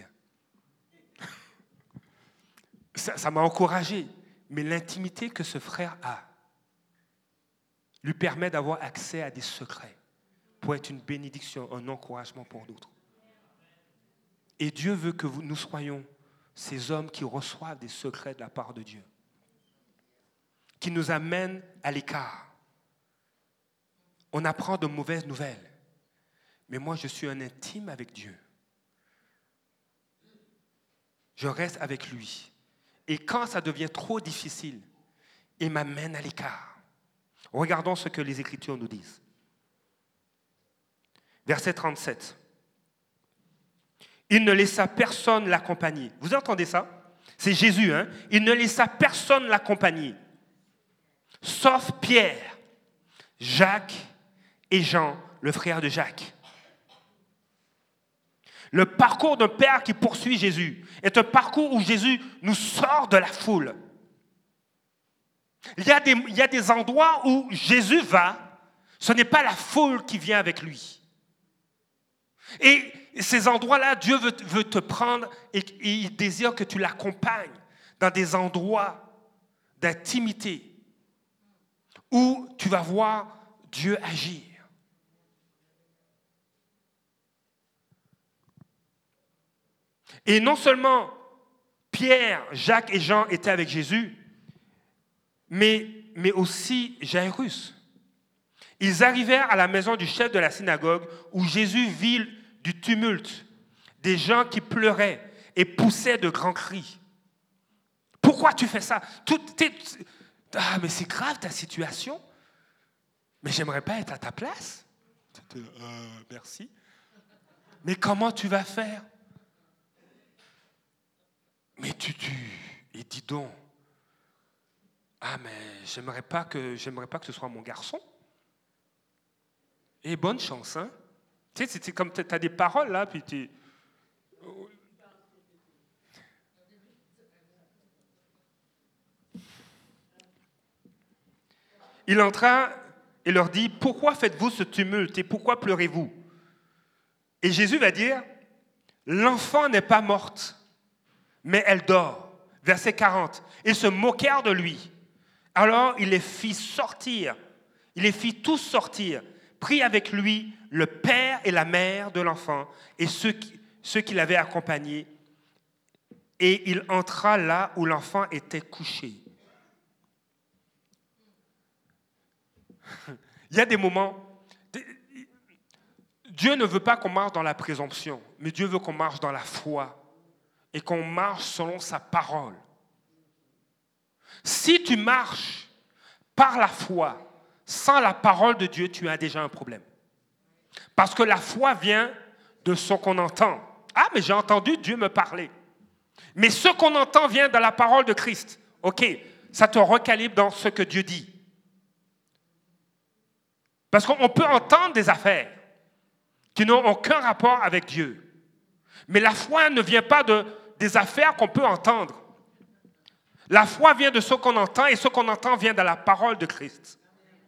Ça m'a encouragé. Mais l'intimité que ce frère a lui permet d'avoir accès à des secrets pour être une bénédiction, un encouragement pour d'autres. Et Dieu veut que nous soyons ces hommes qui reçoivent des secrets de la part de Dieu, qui nous amènent à l'écart. On apprend de mauvaises nouvelles, mais moi je suis un intime avec Dieu. Je reste avec lui. Et quand ça devient trop difficile, il m'amène à l'écart. Regardons ce que les Écritures nous disent. Verset 37. Il ne laissa personne l'accompagner. Vous entendez ça? C'est Jésus, hein? Il ne laissa personne l'accompagner, sauf Pierre, Jacques et Jean, le frère de Jacques. Le parcours d'un père qui poursuit Jésus est un parcours où Jésus nous sort de la foule. Il y a des endroits où Jésus va, ce n'est pas la foule qui vient avec lui. Et ces endroits-là, Dieu veut te prendre et il désire que tu l'accompagnes dans des endroits d'intimité où tu vas voir Dieu agir. Et non seulement Pierre, Jacques et Jean étaient avec Jésus, mais aussi Jairus. Ils arrivèrent à la maison du chef de la synagogue où Jésus vit du tumulte, des gens qui pleuraient et poussaient de grands cris. Pourquoi tu fais ça? Mais c'est grave ta situation. Mais j'aimerais pas être à ta place. Merci. Mais comment tu vas faire? Mais et dis donc, mais j'aimerais pas que ce soit mon garçon. Et bonne chance, hein. Tu sais, c'est comme tu as des paroles là, puis tu... il entra et leur dit, « Pourquoi faites-vous ce tumulte et pourquoi pleurez-vous » Et Jésus va dire, « L'enfant n'est pas morte, mais elle dort. » Verset 40. Ils se moquèrent de lui. Alors il les fit sortir. Il les fit tous sortir, prit avec lui le père et la mère de l'enfant et ceux qui l'avaient accompagné. Et il entra là où l'enfant était couché. Il y a des moments, Dieu ne veut pas qu'on marche dans la présomption, mais Dieu veut qu'on marche dans la foi et qu'on marche selon sa parole. Si tu marches par la foi, sans la parole de Dieu, tu as déjà un problème. Parce que la foi vient de ce qu'on entend. Ah, mais j'ai entendu Dieu me parler. Mais ce qu'on entend vient de la parole de Christ. OK, ça te recalibre dans ce que Dieu dit. Parce qu'on peut entendre des affaires qui n'ont aucun rapport avec Dieu. Mais la foi ne vient pas des affaires qu'on peut entendre. La foi vient de ce qu'on entend et ce qu'on entend vient de la parole de Christ.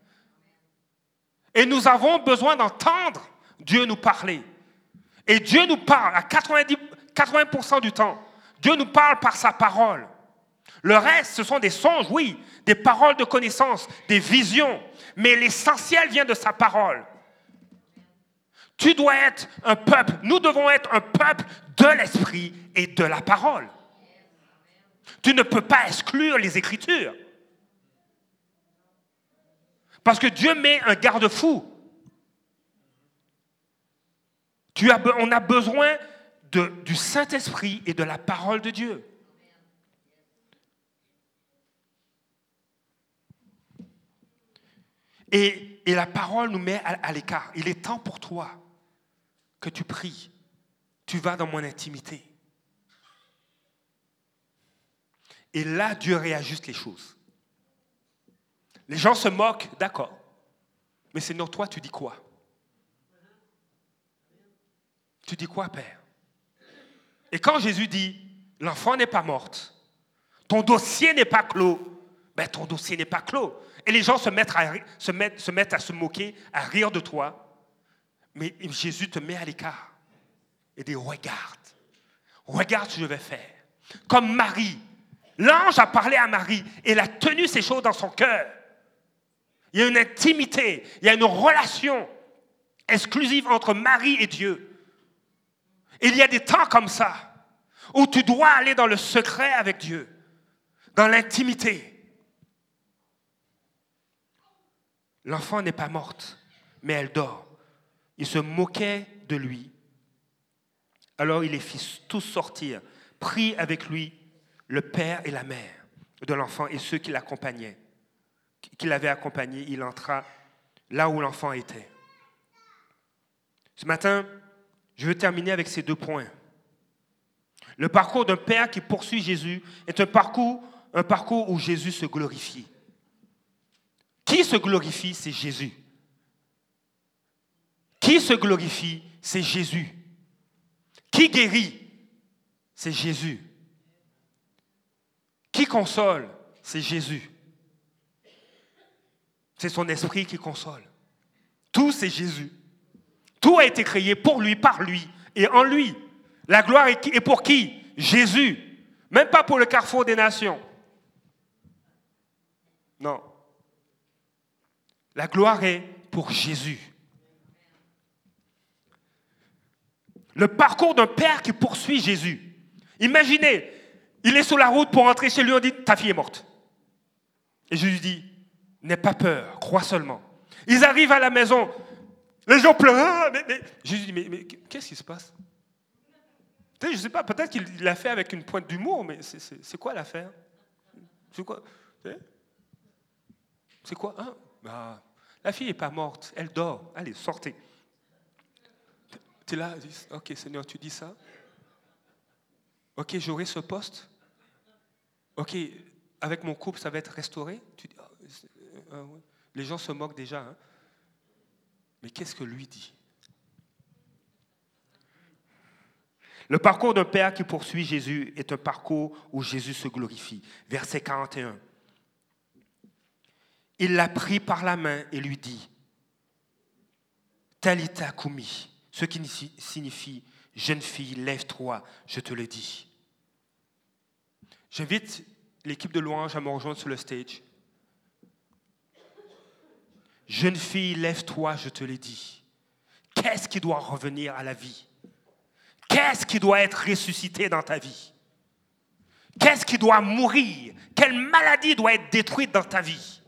Et nous avons besoin d'entendre Dieu nous parler. Et Dieu nous parle à 80% du temps. Dieu nous parle par sa parole. Le reste, ce sont des songes, oui, des paroles de connaissance, des visions. Mais l'essentiel vient de sa parole. Tu dois être un peuple, nous devons être un peuple de l'esprit et de la parole. Tu ne peux pas exclure les Écritures. Parce que Dieu met un garde-fou. On a besoin du Saint-Esprit et de la parole de Dieu. Et la parole nous met à l'écart. Il est temps pour toi que tu pries. Tu vas dans mon intimité. Et là, Dieu réajuste les choses. Les gens se moquent, d'accord. Mais Seigneur, toi, tu dis quoi? Tu dis quoi, Père? Et quand Jésus dit, l'enfant n'est pas morte, ton dossier n'est pas clos, ben ton dossier n'est pas clos. Et les gens se mettent à se moquer, à rire de toi. Mais Jésus te met à l'écart. Et dit, regarde ce que je vais faire. Comme Marie. L'ange a parlé à Marie et elle a tenu ces choses dans son cœur. Il y a une intimité, il y a une relation exclusive entre Marie et Dieu. Et il y a des temps comme ça où tu dois aller dans le secret avec Dieu, dans l'intimité. L'enfant n'est pas morte, mais elle dort. Il se moquait de lui. Alors il les fit tous sortir, prit avec lui le père et la mère de l'enfant et ceux qui l'accompagnaient, qui l'avaient accompagné. Il entra là où l'enfant était. Ce matin, je veux terminer avec ces 2 points. Le parcours d'un père qui poursuit Jésus est un parcours où Jésus se glorifie. Qui se glorifie? C'est Jésus. Qui se glorifie? C'est Jésus. Qui guérit? C'est Jésus. Qui console? C'est Jésus. C'est son esprit qui console. Tout, c'est Jésus. Tout a été créé pour lui, par lui et en lui. La gloire est pour qui? Jésus. Même pas pour le carrefour des nations. Non. La gloire est pour Jésus. Le parcours d'un père qui poursuit Jésus. Imaginez, il est sur la route pour rentrer chez lui, on dit, ta fille est morte. Et Jésus dit, n'aie pas peur, crois seulement. Ils arrivent à la maison, les gens pleurent. Jésus dit, mais qu'est-ce qui se passe? Je ne sais pas, peut-être qu'il l'a fait avec une pointe d'humour, mais c'est quoi l'affaire? C'est quoi? C'est quoi? Hein? Bah, la fille n'est pas morte, elle dort. Allez, sortez. Tu es là, ok Seigneur, tu dis ça. Ok, j'aurai ce poste. Ok, avec mon couple, ça va être restauré. Tu dis, ouais. Les gens se moquent déjà. Hein. Mais qu'est-ce que lui dit? Le parcours d'un père qui poursuit Jésus est un parcours où Jésus se glorifie. Verset 41. il la prit par la main et lui dit, Talitha Koumi, ce qui signifie, jeune fille, lève-toi, je te le dis. J'invite l'équipe de louange à me rejoindre sur le stage. Jeune fille, lève-toi, je te le dis. Qu'est-ce qui doit revenir à la vie? Qu'est-ce qui doit être ressuscité dans ta vie? Qu'est-ce qui doit mourir? Quelle maladie doit être détruite dans ta vie?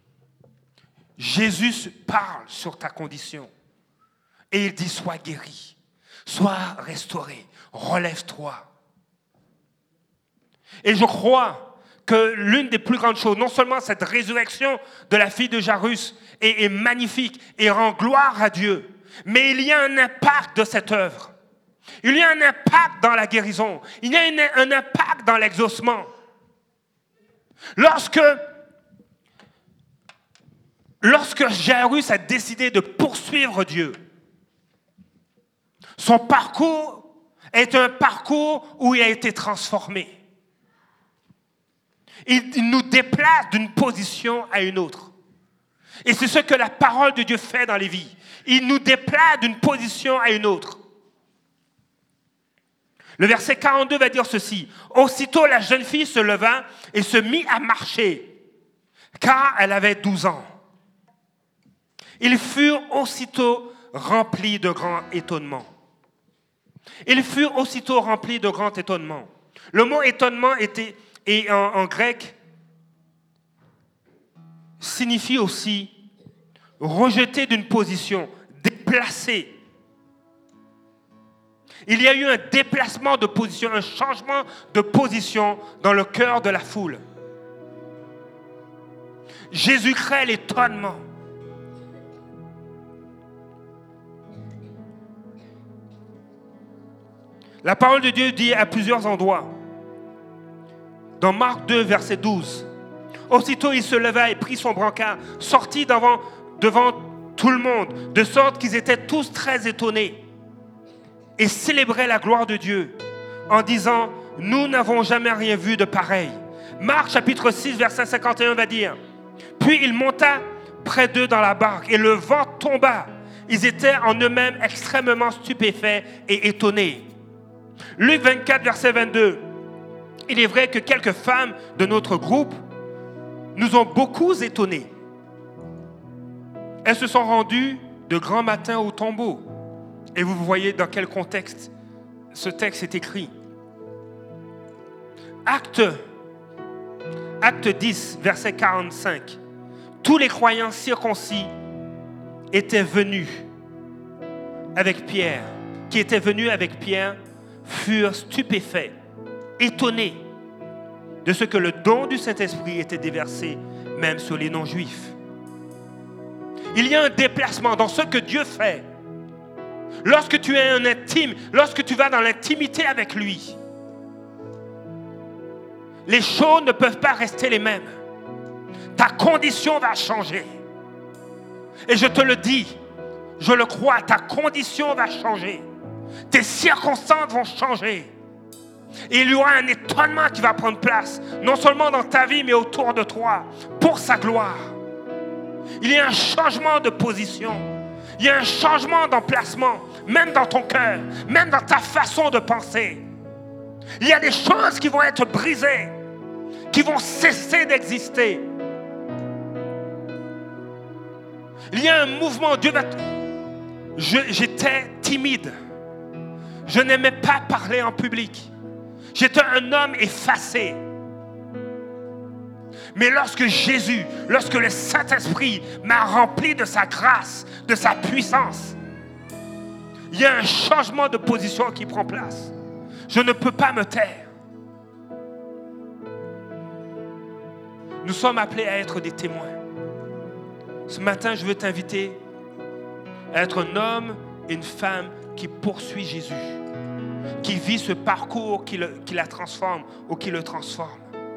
Jésus parle sur ta condition. Et il dit, sois guéri, sois restauré, relève-toi. Et je crois que l'une des plus grandes choses, non seulement cette résurrection de la fille de Jairus est magnifique et rend gloire à Dieu, mais il y a un impact de cette œuvre. Il y a un impact dans la guérison. Il y a un impact dans l'exaucement. Lorsque Jairus a décidé de poursuivre Dieu, son parcours est un parcours où il a été transformé. Il nous déplace d'une position à une autre. Et c'est ce que la parole de Dieu fait dans les vies. Il nous déplace d'une position à une autre. Le verset 42 va dire ceci. Aussitôt, la jeune fille se leva et se mit à marcher, car elle avait 12 ans. Ils furent aussitôt remplis de grand étonnement. Ils furent aussitôt remplis de grand étonnement. Le mot étonnement en grec signifie aussi rejeter d'une position, déplacer. Il y a eu un déplacement de position, un changement de position dans le cœur de la foule. Jésus crée l'étonnement. La parole de Dieu dit à plusieurs endroits, dans Marc 2, verset 12, aussitôt il se leva et prit son brancard, sortit devant tout le monde, de sorte qu'ils étaient tous très étonnés et célébraient la gloire de Dieu en disant, nous n'avons jamais rien vu de pareil. Marc chapitre 6, verset 51 va dire, puis il monta près d'eux dans la barque et le vent tomba. Ils étaient en eux-mêmes extrêmement stupéfaits et étonnés. Luc 24, verset 22. Il est vrai que quelques femmes de notre groupe nous ont beaucoup étonnés. Elles se sont rendues de grand matin au tombeau. Et vous voyez dans quel contexte ce texte est écrit. Acte 10, verset 45. Tous les croyants circoncis étaient venus avec Pierre, furent stupéfaits, étonnés de ce que le don du Saint-Esprit était déversé même sur les non-juifs. Il y a un déplacement dans ce que Dieu fait. Lorsque tu es un intime, lorsque tu vas dans l'intimité avec lui, les choses ne peuvent pas rester les mêmes. Ta condition va changer. Et je te le dis, je le crois, ta condition va changer. Tes circonstances vont changer. Et il y aura un étonnement qui va prendre place, non seulement dans ta vie, mais autour de toi, pour sa gloire. Il y a un changement de position. Il y a un changement d'emplacement, même dans ton cœur, même dans ta façon de penser. Il y a des choses qui vont être brisées, qui vont cesser d'exister. Il y a un mouvement. J'étais timide. Je n'aimais pas parler en public. J'étais un homme effacé. Mais lorsque le Saint-Esprit m'a rempli de sa grâce, de sa puissance, il y a un changement de position qui prend place. Je ne peux pas me taire. Nous sommes appelés à être des témoins. Ce matin, je veux t'inviter à être un homme et une femme qui poursuit Jésus, qui vit ce parcours qui la transforme ou qui le transforme.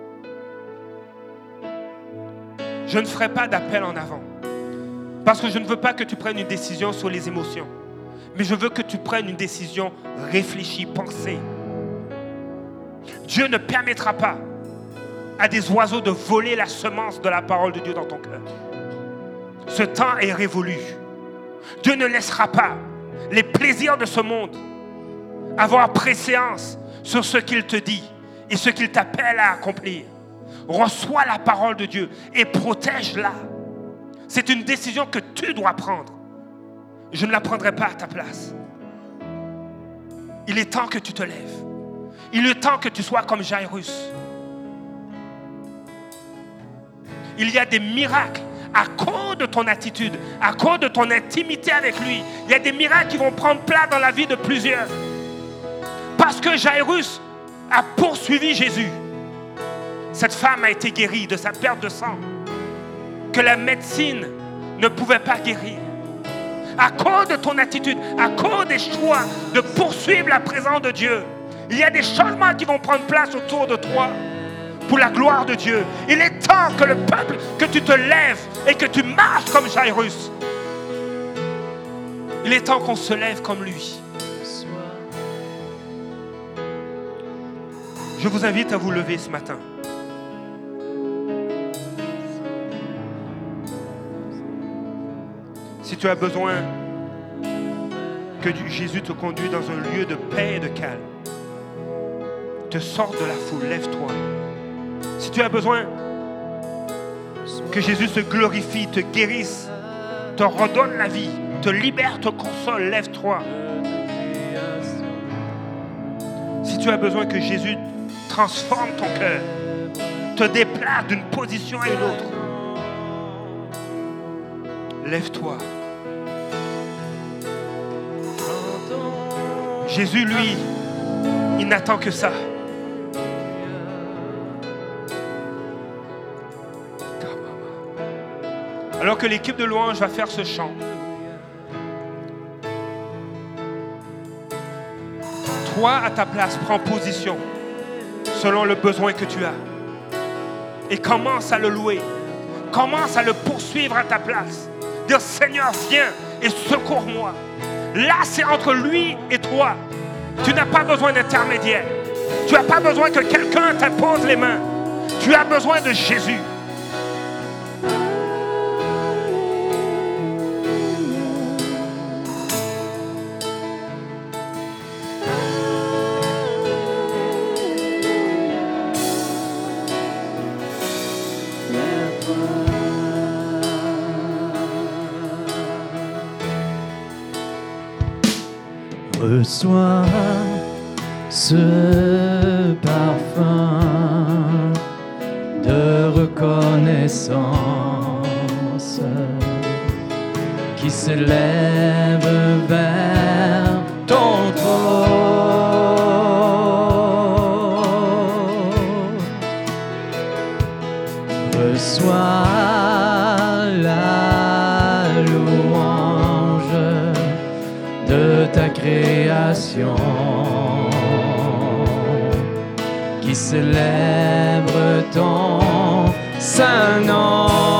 Je ne ferai pas d'appel en avant parce que je ne veux pas que tu prennes une décision sur les émotions, mais je veux que tu prennes une décision réfléchie, pensée. Dieu ne permettra pas à des oiseaux de voler la semence de la parole de Dieu dans ton cœur. Ce temps est révolu. Dieu ne laissera pas les plaisirs de ce monde avoir préséance sur ce qu'il te dit et ce qu'il t'appelle à accomplir. Reçois la parole de Dieu et protège-la. C'est une décision que tu dois prendre. Je ne la prendrai pas à ta place. Il est temps que tu te lèves. Il est temps que tu sois comme Jairus. Il y a des miracles à cause de ton attitude, à cause de ton intimité avec lui. Il y a des miracles qui vont prendre place dans la vie de plusieurs. Parce que Jairus a poursuivi Jésus. Cette femme a été guérie de sa perte de sang que la médecine ne pouvait pas guérir. À cause de ton attitude, à cause des choix de poursuivre la présence de Dieu, il y a des changements qui vont prendre place autour de toi pour la gloire de Dieu. Il est temps que le peuple, que tu te lèves et que tu marches comme Jairus. Il est temps qu'on se lève comme lui. Je vous invite à vous lever ce matin. Si tu as besoin que Jésus te conduise dans un lieu de paix et de calme, te sorte de la foule, lève-toi. Si tu as besoin que Jésus se glorifie, te guérisse, te redonne la vie, te libère, te console, lève-toi. Si tu as besoin que Jésus transforme ton cœur, te déplace d'une position à une autre, lève-toi. Jésus, lui, il n'attend que ça. Alors que l'équipe de louange va faire ce chant, toi, à ta place, prends position selon le besoin que tu as. Et commence à le louer. Commence à le poursuivre à ta place. Dire, Seigneur, viens et secours-moi. Là, c'est entre lui et toi. Tu n'as pas besoin d'intermédiaire. Tu n'as pas besoin que quelqu'un t'impose les mains. Tu as besoin de Jésus. Reçois ce parfum de reconnaissance qui s'élève vers ton trône. Reçois la louange de ta création qui célèbre ton saint nom.